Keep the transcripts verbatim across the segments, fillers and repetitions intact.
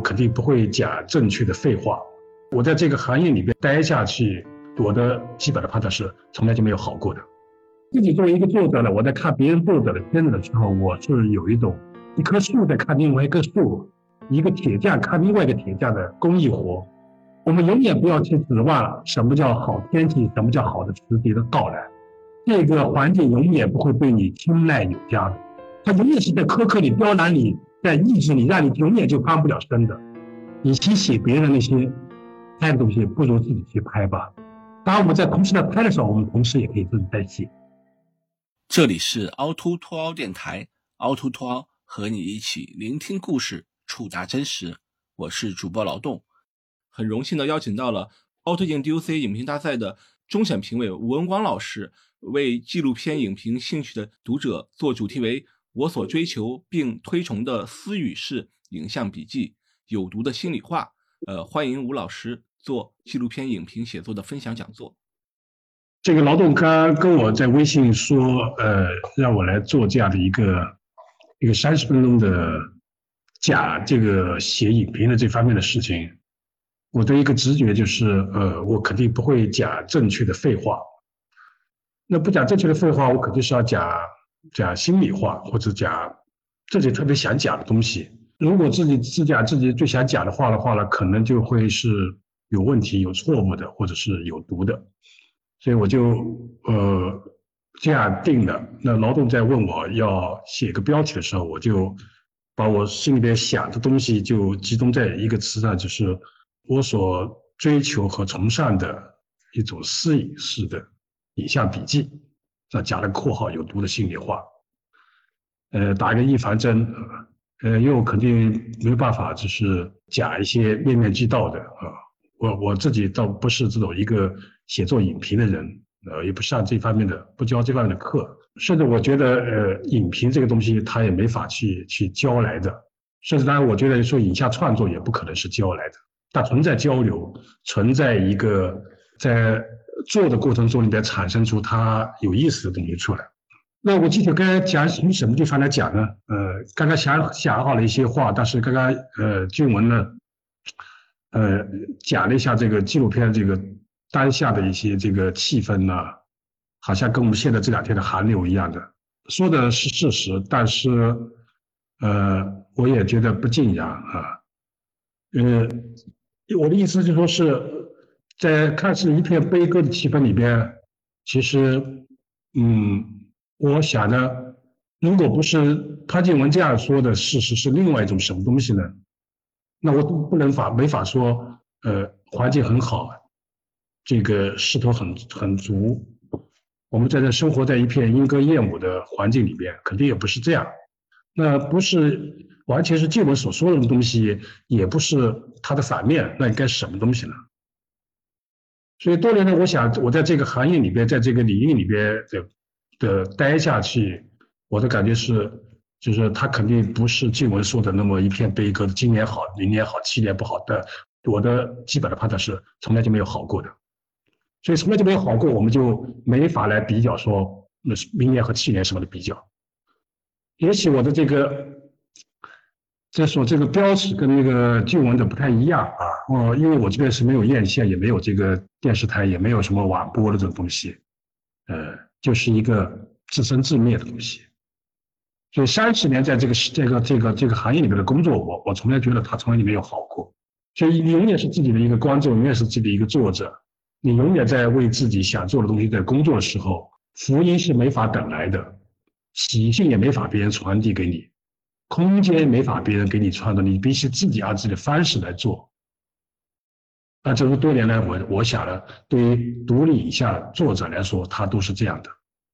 肯定不会讲正确的废话。我在这个行业里边待下去，我的基本的判断是从来就没有好过的。自己作为一个作者呢，我在看别人作者的片子的时候，我是有一种一棵树在看另外一棵树，一个铁匠看另外一个铁匠的工艺活。我们永远不要去指望什么叫好天气，什么叫好的时节的到来。这个环境永远不会对你青睐有加的，它永远是在苛刻里、刁难你，在抑制你，让你永远就翻不了身的。与其写别人那些拍的东西，不如自己去拍吧。当然，我们在同时在拍的时候，我们同时也可以自己在写。 这里是凹凸凸凹电台，凹凸凸凹和你一起聆听故事，触达真实。我是主播劳动，很荣幸的邀请到了凹凸镜 D U C 影评大赛的终审评委吴文光老师，为纪录片影评兴趣的读者做主题为我所追求并推崇的私语式影像笔记，有毒的心里话。呃，欢迎吴老师做纪录片影评写作的分享讲座。 这个劳动刚跟我在微信说，呃，让我来做这样的一个一个三十分钟的讲这个写影评的这方面的事情。我的一个直觉就是，呃，我肯定不会讲正确的废话。那不讲正确的废话，我肯定是要讲讲心里话，或者讲自己特别想讲的东西。如果自己只讲自己最想讲的话的话呢，可能就会是有问题、有错误的，或者是有毒的。所以我就呃这样定了。那劳动在问我要写个标题的时候，我就把我心里边想的东西就集中在一个词上，就是我所追求和崇尚的一种私隐式的影像笔记。那加了括号有毒的心里话，呃，打一个预防针。呃，因为我肯定没有办法，就是讲一些面面俱到的啊。我我自己倒不是这种一个写作影评的人，呃，也不上这方面的，不教这方面的课，甚至我觉得，呃，影评这个东西它也没法去去教来的，甚至当然，我觉得说影像创作也不可能是教来的，它存在交流，存在一个在做的过程中里边产生出它有意思的东西出来。那我具体该讲从什么地方来讲呢？呃，刚刚想想好了一些话，但是刚刚呃俊文呢，呃讲了一下这个纪录片这个当下的一些这个气氛呢，好像跟我们现在这两天的韩流一样的，说的是事实，但是呃我也觉得不尽然啊。呃，我的意思就是说是在看似一片悲歌的气氛里边，其实嗯。我想呢，如果不是潘建文这样说的事实是另外一种什么东西呢？那我不能法没法说，呃，环境很好，这个势头很很足，我们在这生活在一片莺歌燕舞的环境里边，肯定也不是这样。那不是完全是建文所说的东西，也不是它的反面，那应该是什么东西呢？所以多年来，我想我在这个行业里边，在这个领域里边的。的待下去，我的感觉是，就是他肯定不是静文说的那么一片悲歌的，今年好，明年好，七年不好的。我的基本的判断是，从来就没有好过的，所以从来就没有好过，我们就没法来比较说，那是明年和去年什么的比较。也许我的这个，这所这个标尺跟那个静文的不太一样啊，我因为我这边是没有院线，也没有这个电视台，也没有什么晚播的这种东西，呃。就是一个自生自灭的东西，所以三十年在这个这个这个这个行业里面的工作，我我从来觉得他从来就没有好过。所以你永远是自己的一个观众，永远是自己的一个作者，你永远在为自己想做的东西在工作的时候，福音是没法等来的，喜讯也没法别人传递给你，空间没法别人给你创造，你必须自己按自己的方式来做。那这是多年来我我想呢，对于独立影像作者来说，他都是这样的。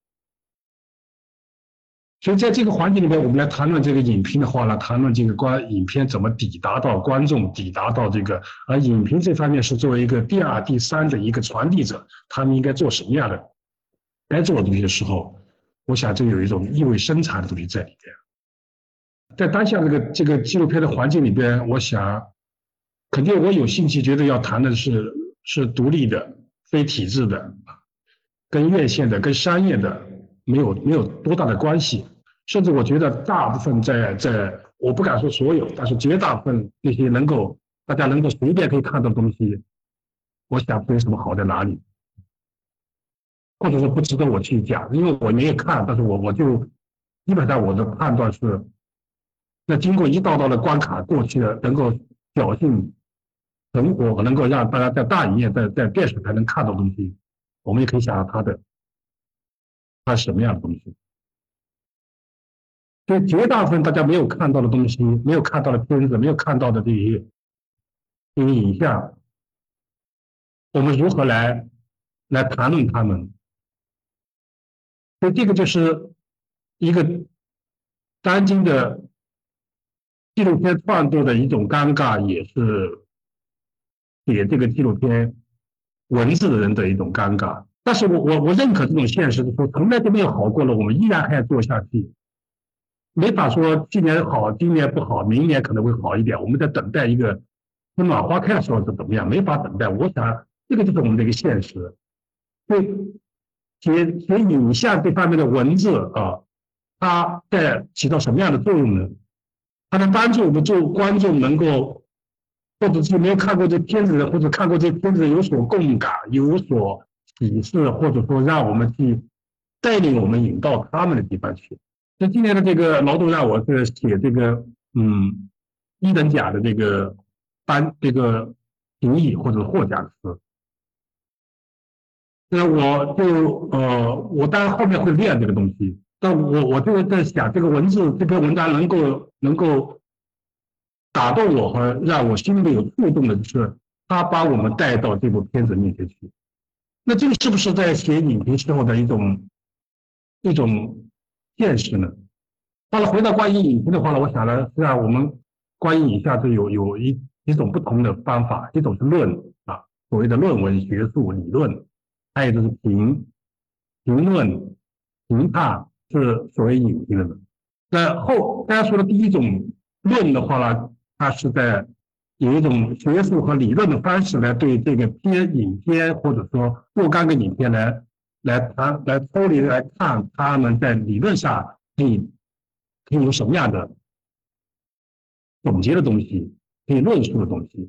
所以在这个环境里面，我们来谈论这个影评的话呢，谈论这个关影片怎么抵达到观众，抵达到这个，而影评这方面是作为一个第二、第三的一个传递者，他们应该做什么样的该做的东西的时候，我想这有一种意味深长的东西在里边。在当下这个这个纪录片的环境里边，我想。肯定我有兴趣觉得要谈的是是独立的、非体制的，跟院线的、跟商业的没有没有多大的关系，甚至我觉得大部分在在我不敢说所有，但是绝大部分那些能够大家能够随便可以看到的东西，我想没什么好在哪里，或者说不值得我去讲，因为我没有看，但是我我就基本上我的判断是，那经过一道道的关卡过去的，能够侥幸存活，能够让大家在大荧幕、在在电视台能看到的东西，我们也可以想象它的它是什么样的东西。所以绝大部分大家没有看到的东西，没有看到的片子，没有看到的这些这些影像，我们如何来来谈论它们？所以这个就是一个当今的纪录片创作的一种尴尬，也是写这个纪录片文字的人的一种尴尬。但是我我我认可这种现实，说从来都没有好过了，我们依然还要做下去。没法说今年好，今年不好，明年可能会好一点。我们在等待一个春暖花开的时候是怎么样？没法等待。我想这个就是我们的一个现实。所以写写影像这方面的文字啊，它在起到什么样的作用呢？它能帮助我们做观众能够，或者是没有看过这片子的，或者看过这片子有所共感，有所启示，或者说让我们去带领我们引到他们的地方去。那今年的这个劳动让我是写这个嗯一等奖的这个颁这个评议或者获奖词，那我就呃我当然后面会练这个东西，但我我就在想这个文字这篇文章能够能够打动我和让我心里有触动的，就是他把我们带到这部片子面前去。那这个是不是在写影评时候的一种一种现实呢？好了，回到关于影评的话呢，我想呢，实际上我们关于影像是有有一一种不同的方法，一种是论啊，所谓的论文学术理论，还有就是评评论评判是所谓影评的。那后刚才说的第一种论的话呢，它是在有一种学术和理论的方式来对这个片影片或者说若干个影片来来谈来抽离来看他们在理论上可以可以有什么样的总结的东西，可以论述的东西。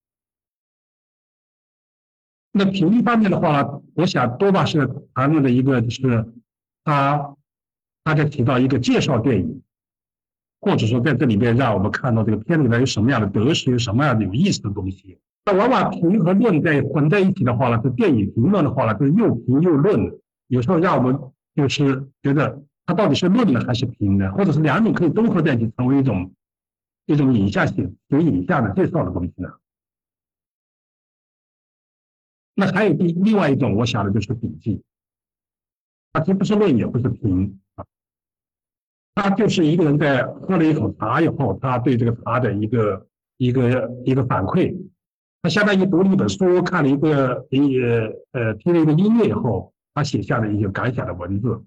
那评方面的话呢，我想多半是谈论的一个就是他他在提到一个介绍电影，或者说在这里边让我们看到这个片子里面有什么样的得失，有什么样的有意思的东西。那往往评和论在混在一起的话呢，是电影评论的话呢，就是又评又论，有时候让我们就是觉得它到底是论呢还是评呢，或者是两种可以综合在一起成为一种一种影像写写影像的介绍的东西呢？那还有第另外一种，我想的就是笔记，它既不是论也不是评啊，他就是一个人在喝了一口茶以后，他对这个茶的一个一个一个反馈，他相当于读了一本书，看了一个呃呃听了一个音乐以后，他写下的一些感想的文字。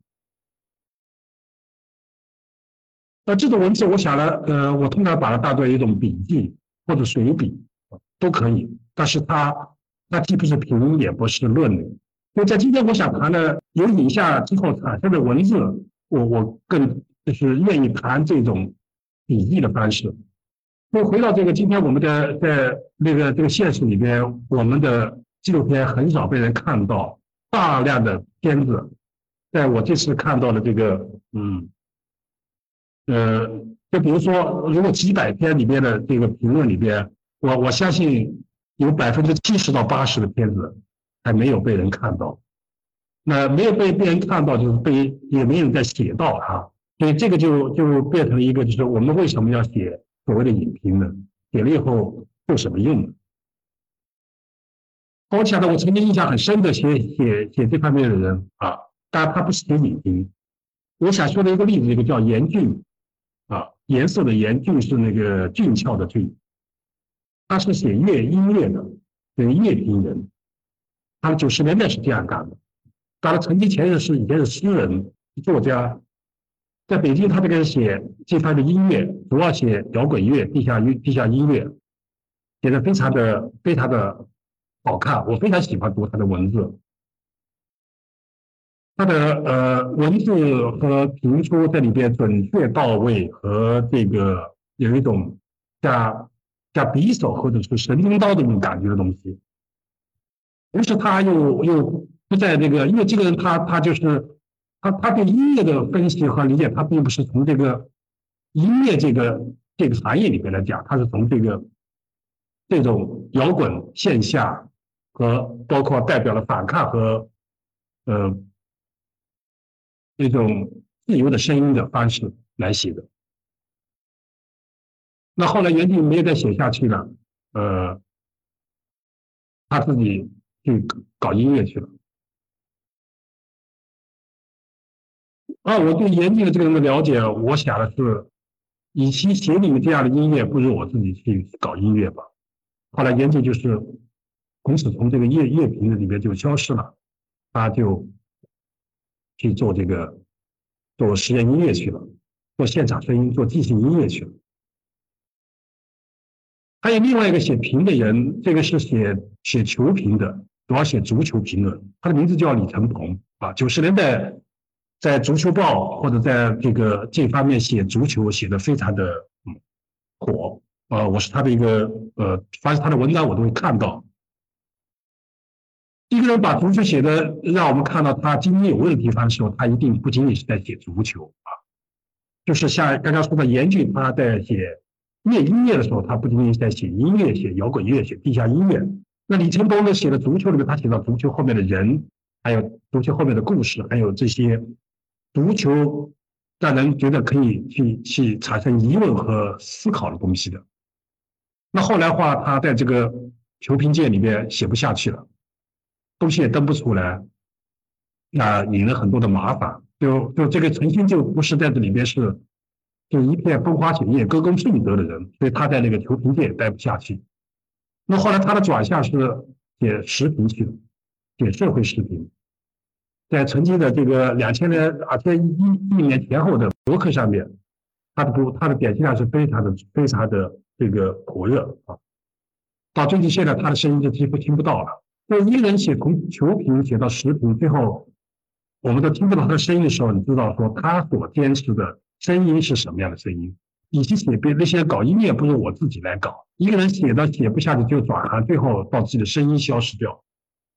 那这种文字，我想呢，呃，我通常把它当做一种笔记或者随笔都可以，但是它它既不是评也不是论的。所以在今天我想谈的有影像之后产生的文字，我我更就是愿意谈这种笔记的方式。所以回到这个今天我们的在那个这个现实里边，我们的纪录片很少被人看到，大量的片子，在我这次看到的这个嗯。呃，就比如说，如果几百篇里边的这个评论里边，我我相信有百分之七十到八十的片子还没有被人看到。那没有被被人看到，就是被也没有人在写到它，所以这个就就变成了一个，就是我们为什么要写所谓的影评呢？写了以后有什么用呢？我想到我曾经印象很深的写写写这方面的人啊，当然他不是写影评。我想说的一个例子，一个叫严俊。啊，颜色的颜，俊是那个俊俏的俊，他是写乐音乐的，是乐评人，他九十年代是这样干的。当然，曾经前任是以前是诗人、作家，在北京他这个写这方面的音乐，主要写摇滚乐、地下乐、地下音乐，写的非常的非常的好看，我非常喜欢读他的文字。他的呃文字和评书在里边准确到位，和这个有一种像像匕首或者是神经刀的那种感觉的东西。同时，他又又不在这个，因为这个人他他就是他他对音乐的分析和理解，他并不是从这个音乐这个这个行业里面来讲，他是从这个这种摇滚现象和包括代表了反抗和呃这种自由的声音的方式来写的。那后来袁静没有再写下去了，呃，他自己去搞音乐去了。啊，我对严静的这个人的了解，我想的是，与其写你们这样的音乐，不如我自己去搞音乐吧。后来严静就是从此从这个乐乐评的里面就消失了，他就去做这个做实验音乐去了，做现场声音，做即兴音乐去了。还有另外一个写评的人，这个是写写球评的，主要写足球评论，他的名字叫李承鹏啊，九十年代在足球报或者在这个这方面写足球写的非常的嗯火，呃，我是他的一个呃，凡是他的文章我都会看到。一个人把足球写的让我们看到他经验有问的地方的时候，他一定不仅仅是在写足球啊，就是像刚刚说的严峻，他在写乐音乐的时候，他不仅仅是在写音乐、写摇滚乐、写地下音乐。那李承鹏呢，写的足球里面，他写到足球后面的人，还有足球后面的故事，还有这些足球让人觉得可以去去产生疑问和思考的东西的。那后来的话，他在这个球评界里面写不下去了，东西也登不出来，那引了很多的麻烦。就就这个陈星就不是在这里边是就一片风花雪月、歌功颂德的人，所以他在那个球评界也待不下去。那后来他的转向是写时评去了，写社会时评，在曾经的这个两千年、二千一一年前后的博客上面，他的不他的点击量是非常的非常的这个火热啊。到最近现在，他的声音就几乎听不到了。那一个人写从球评写到时评，最后我们都听不到他的声音的时候，你知道说他所坚持的声音是什么样的声音？与其写别那些搞音乐，不如我自己来搞。一个人写到写不下去就转行，最后到自己的声音消失掉。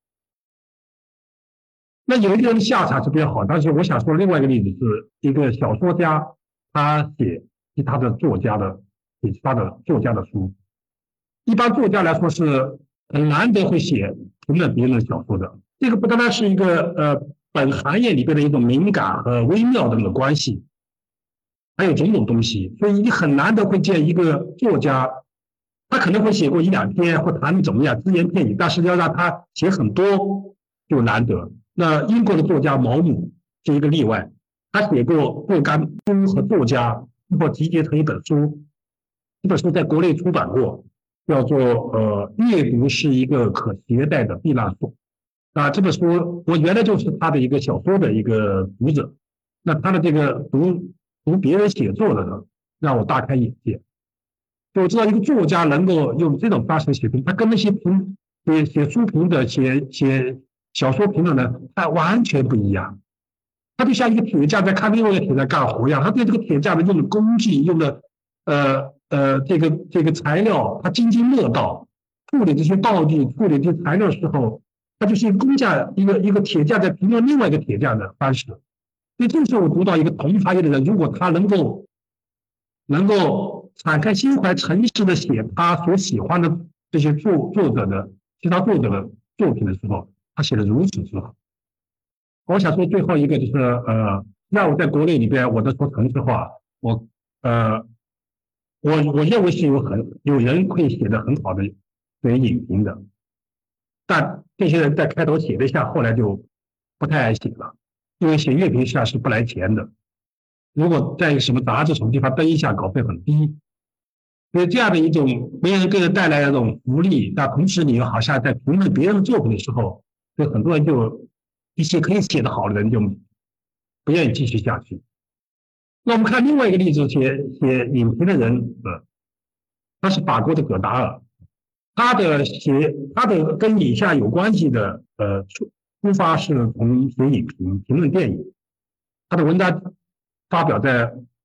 那有一个人的下场是比较好，但是我想说另外一个例子是一个小说家，他写其他的作家的写其他的作家的书。一般作家来说是很难得会写评论别人的小说的。这个不单单是一个呃本行业里边的一种敏感和微妙的那个关系，还有种种东西，所以你很难得会见一个作家，他可能会写过一两篇或谈怎么样只言片语，但是要让他写很多就难得。那英国的作家毛姆是一个例外，他写过若干书和作家，或集结成一本书，这本书在国内出版过，叫做呃阅读是一个可携带的避难所。啊，这本书我原来就是他的一个小说的一个读者，那他的这个读读别人写作的呢，让我大开眼界。就我知道一个作家能够用这种方式写评，他跟那些评写写书评的、写写小说评论的，他完全不一样。他就像一个铁匠在看另外一个铁匠干活一样，他对这个铁匠的用的工具、用的呃呃这个这个材料，他津津乐道，处理这些道具、处理这些材料的时候，他就是一个工匠、一个一个铁匠在评论另外一个铁匠的方式。所以这时候我读到一个同行业的人，如果他能够能够敞开心怀、诚实的写他所喜欢的这些作作者的其他作者的作品的时候，他写的如此之好。我想说最后一个就是呃，让我在国内里边，我的说城市话，我呃，我我认为是有很有人会写的很好的对于影评的，但这些人在开头写了一下，后来就不太爱写了，因为写乐评实际上是不来钱的。如果在什么杂志什么地方登一下，稿费很低，所以这样的一种没人给人带来的这种福利，但同时你又好像在评论别人的作品的时候，所以很多人就一些可以写得好的人就不愿意继续下去。那我们看另外一个例子，写写影评的人，呃，他是法国的葛达尔，他的写他的跟以下有关系的，呃，出出发是从写影评评论电影，他的文章发表在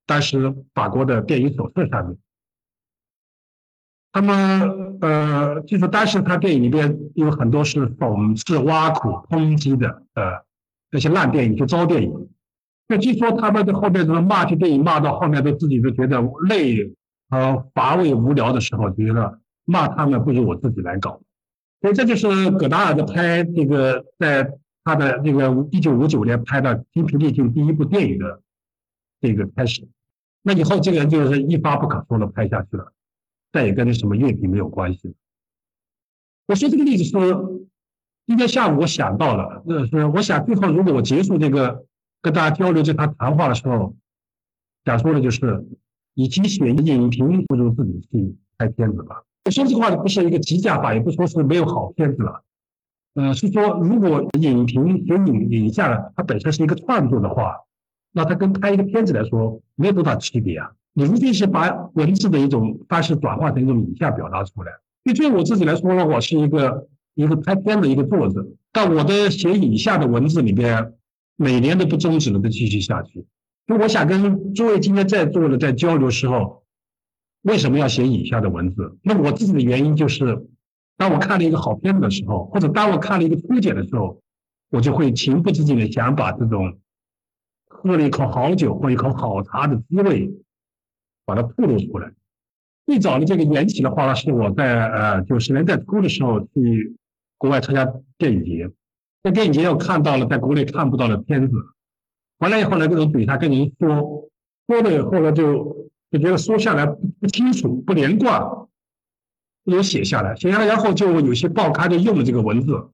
当时法国的电影手册上面。那么，呃，就是当时他电影里边有很多是讽刺、挖苦、抨击的，呃，那些烂电影、就糟电影。就据说他们在后面都骂这电影，骂到后面都自己都觉得累和乏味、无聊的时候，觉得骂他们不如我自己来搞。所以这就是葛达尔的拍这个，在他的这个一九五九年拍的精疲力尽第一部电影的这个开始。那以后这个人就是一发不可收的拍下去了。再也跟什么乐评没有关系。我说这个例子是今天下午我想到了，呃，是我想最后如果我结束这个跟大家交流这场谈话的时候，想说的就是，与其写影评，不如自己去拍片子吧。我说这个话不是一个极价法，也不说是没有好片子了，呃，是说如果影评写影影像它本身是一个创作的话，那它跟拍一个片子来说没有多大区别啊。你无非是把文字的一种方式转化成一种影像表达出来。因为对我自己来说呢，我是一个一个拍片的一个作者，但我的写影像的文字里边，每年都不终止的都继续下去。就我想跟诸位今天在座的在交流时候，为什么要写影像的文字？那我自己的原因就是，当我看了一个好片子的时候，或者当我看了一个初剪的时候，我就会情不自禁的想把这种喝了一口好酒或一口好茶的滋味把它暴露出来。最早的这个缘起的话呢，是我在呃九十年代初的时候去国外参加电影节，在电影节又看到了在国内看不到的片子，回来以后呢，各种嘴上跟人说，说了以后呢，就就觉得说下来不清楚、不连贯，不如写下来，写下来，然后就有些报刊就用了这个文字。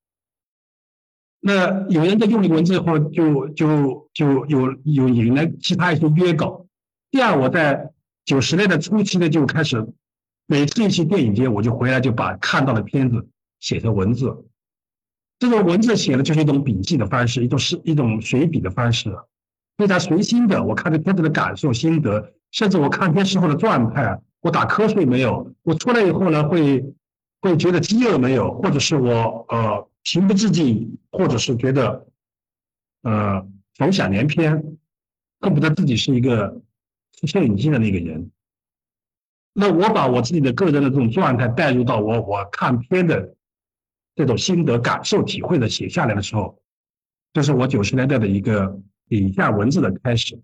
那有人在用这个文字以后，就就就有有引来其他一些约稿。第二，我在九十年代初期呢，就开始每次一去电影节，我就回来就把看到的片子写成文字。这种文字写的就是一种笔记的方式，一种是一种随笔的方式，非常随心的。我看这片子的感受、心得，甚至我看片时候的状态，我打瞌睡没有？我出来以后呢，会会觉得饥饿没有？或者是我呃情不自禁，或者是觉得呃浮想联翩，恨不得自己是一个是摄影机的那个人。那我把我自己的个人的这种状态带入到我我看片的这种心得、感受、体会的写下来的时候，这是我九十年代的一个影像文字的开始。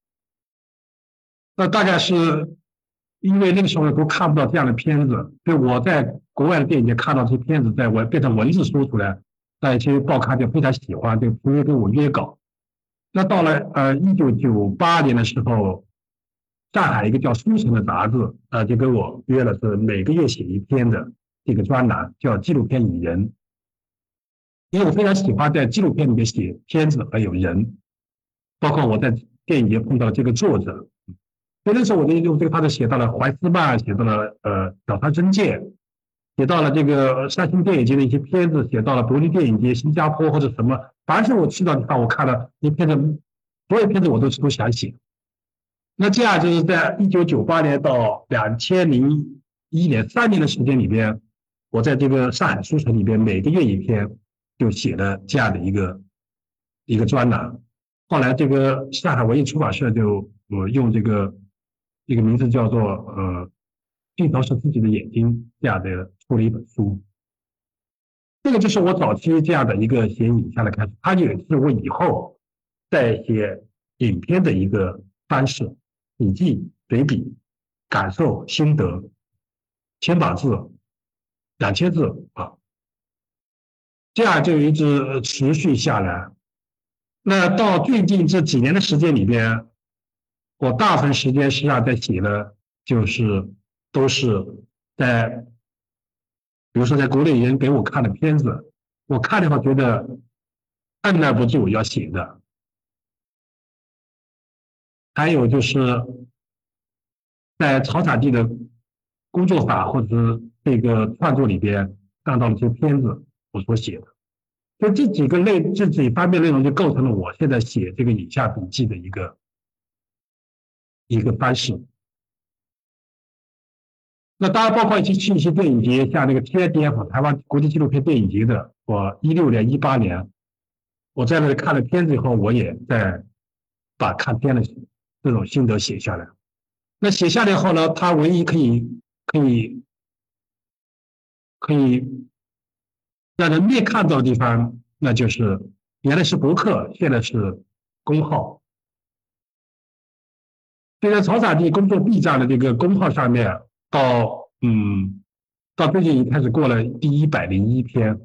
那大概是因为那个时候都看不到这样的片子，所以我在国外的电影节看到这些片子，在我变成文字说出来，那一些报刊就非常喜欢，就直接跟我约稿。那到了呃一九九八年的时候，上海一个叫书城的杂志，呃，就跟我约了是每个月写一篇的这个专栏，叫纪录片与人。因为我非常喜欢在纪录片里面写片子还有人，包括我在电影节碰到这个作者。所以那时候我就用这个方式写到了怀斯曼，写到了呃小川真介，写到了这个三星电影节的一些片子，写到了柏林电影节、新加坡或者什么，凡是我去到地方，我看了那片子，所有片子我都都想写。那这样就是在一九九八年到两千零一年三年的时间里边，我在这个上海书城里边每个月一篇，就写了这样的一个一个专栏。后来这个上海文艺出版社就呃用这个这个名字叫做呃镜头是自己的眼睛这样的出了一本书。这个就是我早期这样的一个写影像的开始，它也是我以后在写影片的一个方式。笔记、随笔、感受、心得，千把字、两千字啊，这样就一直持续下来。那到最近这几年的时间里边，我大部分时间实际上在写的，就是都是在，比如说在国内人给我看的片子，我看的话觉得按捺不住要写的。还有就是在草场地的工作法或者是这个创作里边看到了一些片子，我所写的，所以这几个类这几方面内容就构成了我现在写这个影像笔记的一个一个方式。那当然包括一些去一些电影节，像那个 T I D F 台湾国际纪录片电影节的，我一六年、一八年，我在那里看了片子以后，我也在把看片的这种心得写下来。那写下来后呢，他唯一可以可以可以让人面看到的地方，那就是原来是博客，现在是公号。现在曹撒地工作 B 站的这个公号上面，到嗯，到最近已经开始过了第一百零一篇。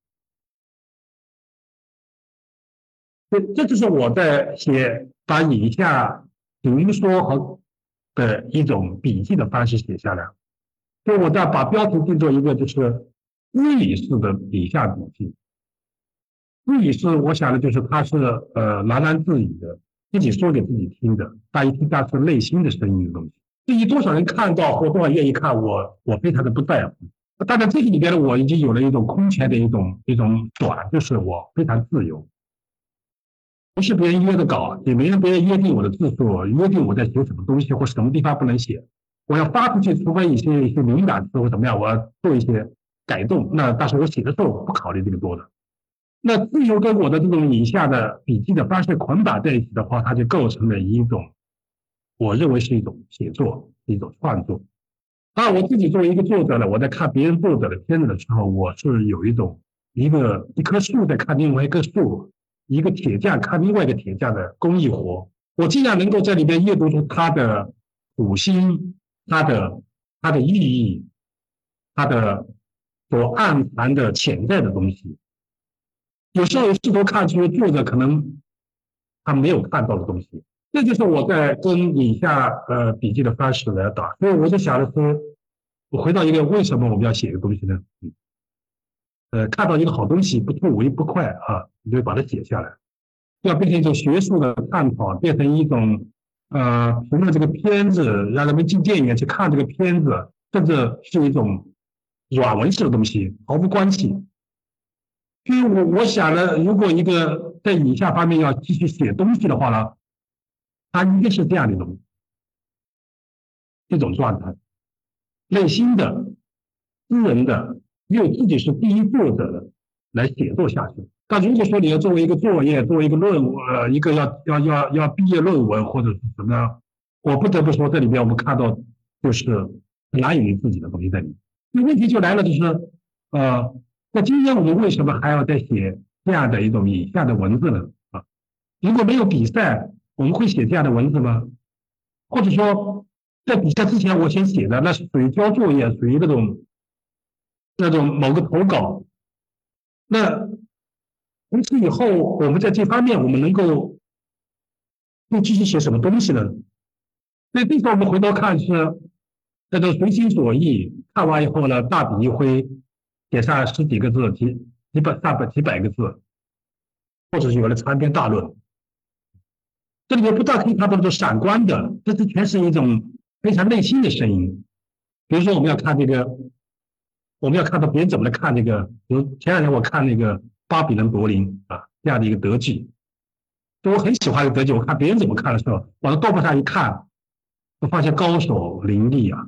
这这就是我在写把以下评说和的一种笔记的方式写下来。所以我在把标题定做一个就是自语式的以下笔记。自语式我想的就是它是呃喃喃自语的，自己说给自己听的，大家听它是内心的声音的东西。至于多少人看到或多少愿意看，我我非常的不在乎。当然这个里边呢，我已经有了一种空前的一种一种短，就是我非常自由，不是别人约的稿，也没人别人约定我的字数，约定我在写什么东西或什么地方不能写。我要发出去，除非一些一些敏感词或怎么样，我要做一些改动。那但是我写的时候不考虑这个多的。那自由跟我的这种以下的笔记的方式捆绑在一起的话，它就构成了一种，我认为是一种写作，一种创作。当然，我自己作为一个作者呢，我在看别人作者的片子的时候，我是有一种一个一棵树在看另外一棵树，一个铁匠看另外一个铁匠的工艺活。我尽量能够在里面阅读出它的苦心，它的它的意义，它的所暗藏的潜在的东西。有时候试图看出作者可能他没有看到的东西，这就是我在跟以下呃笔记的方式来打。所以我就想的是，我回到一个为什么我们要写一个东西呢？嗯，呃，看到一个好东西不吐为不快啊，你就把它写下来，要变成一种学术的探讨，变成一种呃评论这个片子，让人们进电影院去看这个片子，甚至是一种软文式的东西，毫无关系。所以我我想呢，如果一个在以下方面要继续写东西的话呢，它应该是这样的一种一种状态，内心的、私人的，又自己是第一作者的来写作下去。但如果说你要作为一个作业，作为一个论文，呃，一个要要要要毕业论文或者是什么样，我不得不说，这里边我们看到就是很难于自己的东西在里面。那问题就来了，就是呃。那今天我们为什么还要再写这样的一种以下的文字呢？啊，如果没有比赛，我们会写这样的文字吗？或者说，在比赛之前我先写的，那是属于交作业，属于那种那种某个投稿。那从此以后，我们在这方面我们能够会继续写什么东西呢？所以这时候我们回头看是那种随心所欲，看完以后呢，大笔一挥。写上十几个字，几几百、大百、几百个字，或者是有了长篇大论。这里面不但可以看到这闪光的，这是全是一种非常内心的声音。比如说，我们要看这个，我们要看到别人怎么来看这个。比如前两天我看那个巴比伦柏林啊这样的一个德剧，就我很喜欢的德剧，我看别人怎么看的时候，往豆瓣上一看，我发现高手林立啊。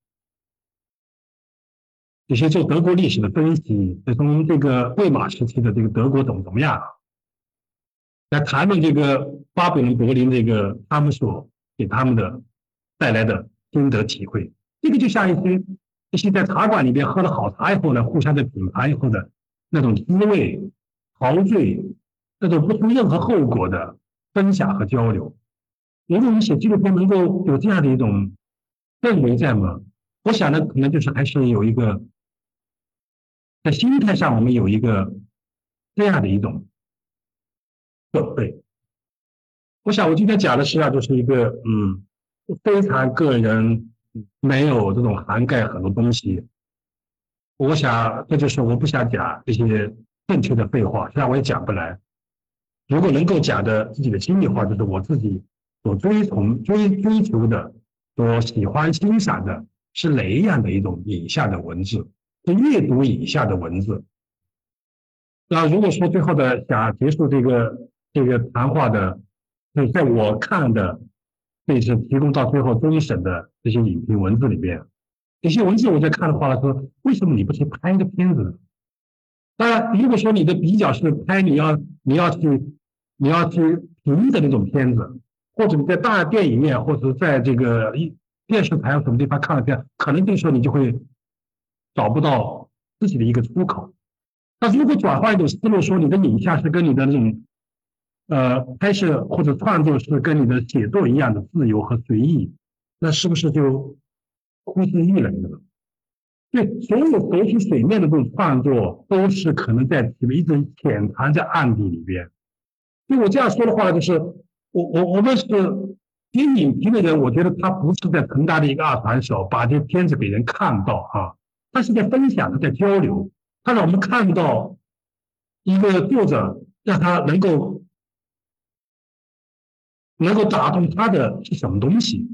有些做德国历史的分析，从这个魏玛时期的这个德国怎么怎么样，来谈论这个巴比伦柏林这个他们所给他们的带来的心得体会。这个就像一些一些在茶馆里边喝了好茶以后呢，互相的品尝以后的那种滋味、陶醉，那种不出任何后果的分享和交流。如果我们写纪录片能够有这样的一种氛围在吗？我想呢，可能就是还是有一个。在心态上，我们有一个这样的一种准备。我想，我今天讲的实际上就是一个嗯，非常个人，没有这种涵盖很多东西。我想，这就是我不想讲这些正确的废话，实际上我也讲不来。如果能够讲的自己的经历的话，就是我自己所追从、追追求的、所喜欢欣赏的是哪样的一种以下的文字。是阅读以下的文字。那如果说最后的想结束这个这个谈话的，就在我看的这次提供到最后终审的这些影评文字里边，这些文字我在看的话说，为什么你不去拍一个片子呢？当然，如果说你的比较是拍你要你要去你要去评的那种片子， 或者你在大电影院，或者在这个电视台什么地方看了片，可能这个时候你就会找不到自己的一个出口。但是如果转换一种思路，说你的影像是跟你的那种呃拍摄或者创作是跟你的写作一样的自由和随意，那是不是就呼之欲人了？对，所有浮出水面的这种创作，都是可能在一直潜藏在暗地里边。所以我这样说的话，就是我我我们是写影评的人，我觉得他不是在腾大的一个二传手，把这片子给人看到啊，他是在分享，他在交流，他让我们看到一个作者，让他能够能够打动他的是什么东西。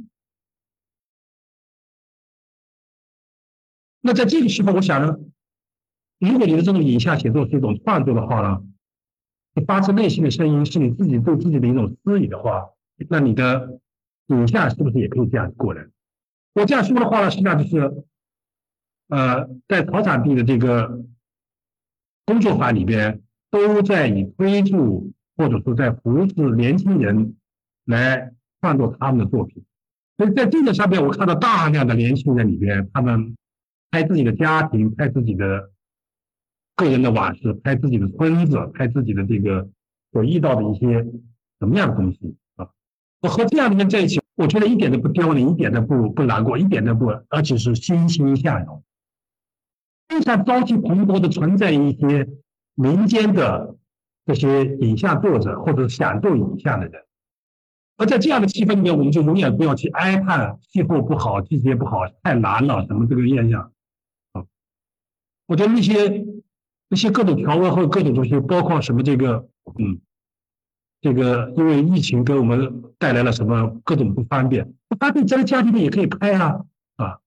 那在这个时候，我想呢，如果你的这种影像写作是一种创作的话呢，你发自内心的声音是你自己对自己的一种私语的话，那你的影像是不是也可以这样过来？我这样说的话呢，实际上就是，呃，在草场地的这个工作坊里边，都在以推助或者说在扶持年轻人来创作他们的作品。所以在这个上面，我看到大量的年轻人里边，他们拍自己的家庭，拍自己的个人的往事，拍自己的村子，拍自己的这个所遇到的一些什么样的东西啊？我和这样的人在一起，我觉得一点都不丢脸，一点都不不难过，一点都不，而且是欣欣向荣，非常朝气蓬勃的存在一些民间的这些影像作者或者想做影像的人。而在这样的气氛里面，我们就永远不要去哀叹气候不好、季节不好、太难了什么这个现象啊。我觉得那些那些各种条文和各种东西，包括什么这个嗯，这个因为疫情给我们带来了什么各种不方便，不方便在家里面也可以拍啊啊。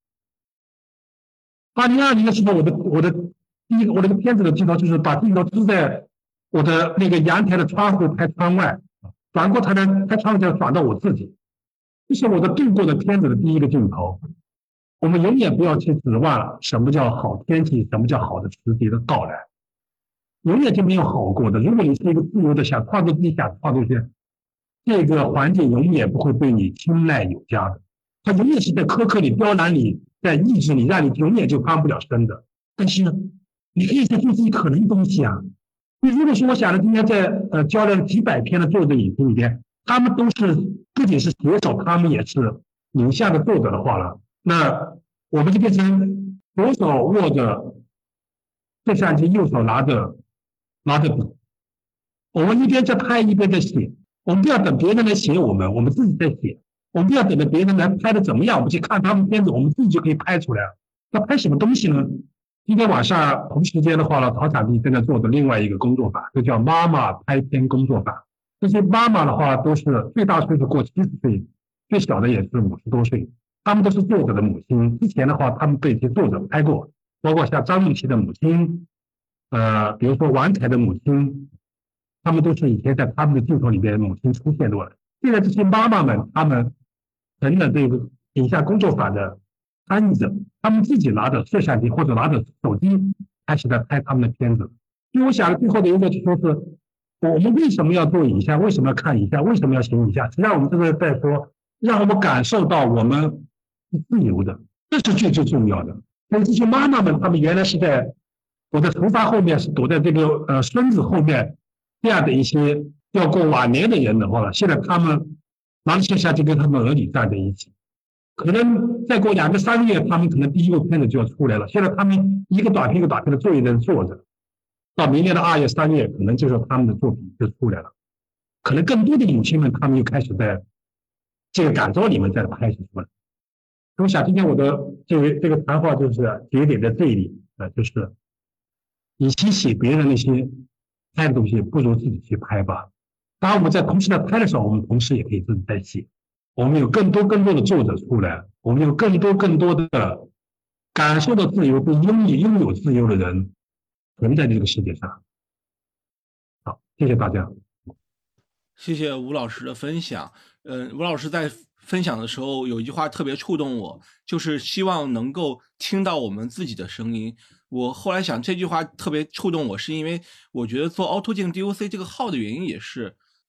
二零二零的时候，我的我的第一个我那个片子的镜头就是把镜头支在我的那个阳台的窗户拍窗外。转过头来，拍窗就转到我自己，这是我的度过的片子的第一个镜头。我们永远不要去指望什么叫好天气，什么叫好的时节的到来，永远就没有好过的。如果你是一个自由的想创作自己想创作些，这个环境永远不会对你青睐有加的，它永远是在苛刻你、刁难你、在抑制你，让你永远就翻不了身的。但是呢，你可以在做自己可能的东西啊。你如果说我想了，今天在呃教了几百篇的作者影评里边，他们都是不仅是写手，他们也是影像的作者的话了，那我们就变成左手握着摄像机，右手拿着拿着笔，我们一边在拍，一边在写。我们不要等别人来写我们，我们自己在写。我们不要等着别人来拍的怎么样，我们去看他们片子，我们自己就可以拍出来。那拍什么东西呢？今天晚上同时间的话呢，陶场地正在做的另外一个工作坊，就叫妈妈拍片工作坊。这些妈妈的话都是最大岁数过七十岁，最小的也是五十多岁，他们都是作者的母亲。之前的话，他们被一些作者拍过，包括像张雨绮的母亲，呃，比如说王凯的母亲，他们都是以前在他们的镜头里边母亲出现过的。现在这些妈妈们，他们成了这个影像工作坊的参与者，他们自己拿着摄像机或者拿着手机开始在拍他们的片子。所以我想最后的一个就说是，我们为什么要做影像？为什么要看影像？为什么要写影像？实际上我们这是在说，让我们感受到我们是自由的，这是最最重要的。所以这些妈妈们，她们原来是在躲在头发后面，是躲在这个呃孙子后面，这样的一些要过晚年的人的话，现在他们拿着摄像机跟他们儿女站在一起。可能再过两个三个月，他们可能第一个片子就要出来了。现在他们一个短片一个短片的作业在做着，到明年的二月、三月，可能就是他们的作品就出来了。可能更多的母亲们，他们又开始在这个感召里面在拍什么了。我想今天我的这个这个谈话就是节点在这里，呃，就是与其写别人那些拍的东西，不如自己去拍吧。当然，我们在同时在拍的时候，我们同时也可以自己在写。我们有更多更多的作者出来，我们有更多更多的感受到自由、并拥有拥有自由的人存在这个世界上。好，谢谢大家。 谢谢吴老师的分享。嗯、呃，吴老师在分享的时候有一句话特别触动我，就是希望能够听到我们自己的声音。我后来想这句话特别触动我，是因为我觉得做凹凸镜 D O C 这个号的原因也是，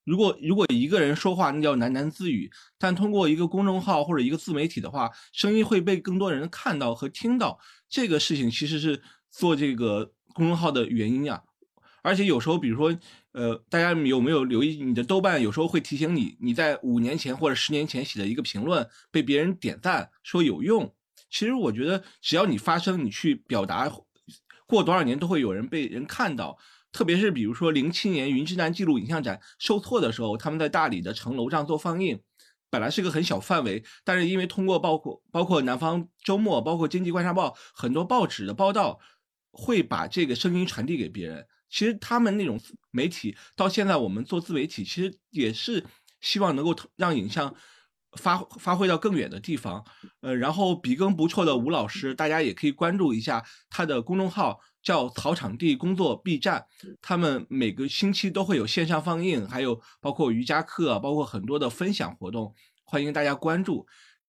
如果如果一个人说话，那叫喃喃自语，但通过一个公众号或者一个自媒体的话，声音会被更多人看到和听到。这个事情其实是做这个公众号的原因啊。而且有时候，比如说，呃，大家有没有留意，你的豆瓣有时候会提醒你，你在五年前或者十年前写的一个评论被别人点赞，说有用。其实我觉得，只要你发声，你去表达，过多少年都会有人被人看到。特别是比如说零七年云之南纪录影像展受挫的时候，他们在大理的城楼上做放映，本来是个很小范围，但是因为通过包括包括南方周末，包括经济观察报很多报纸的报道，会把这个声音传递给别人。其实他们那种媒体到现在我们做自媒体，其实也是希望能够让影像发发挥到更远的地方。呃，然后笔耕不辍的吴老师，大家也可以关注一下他的公众号，叫草场地工作 B 站，他们每个星期都会有线上放映，还有包括瑜伽课，包括很多的分享活动，欢迎大家关注。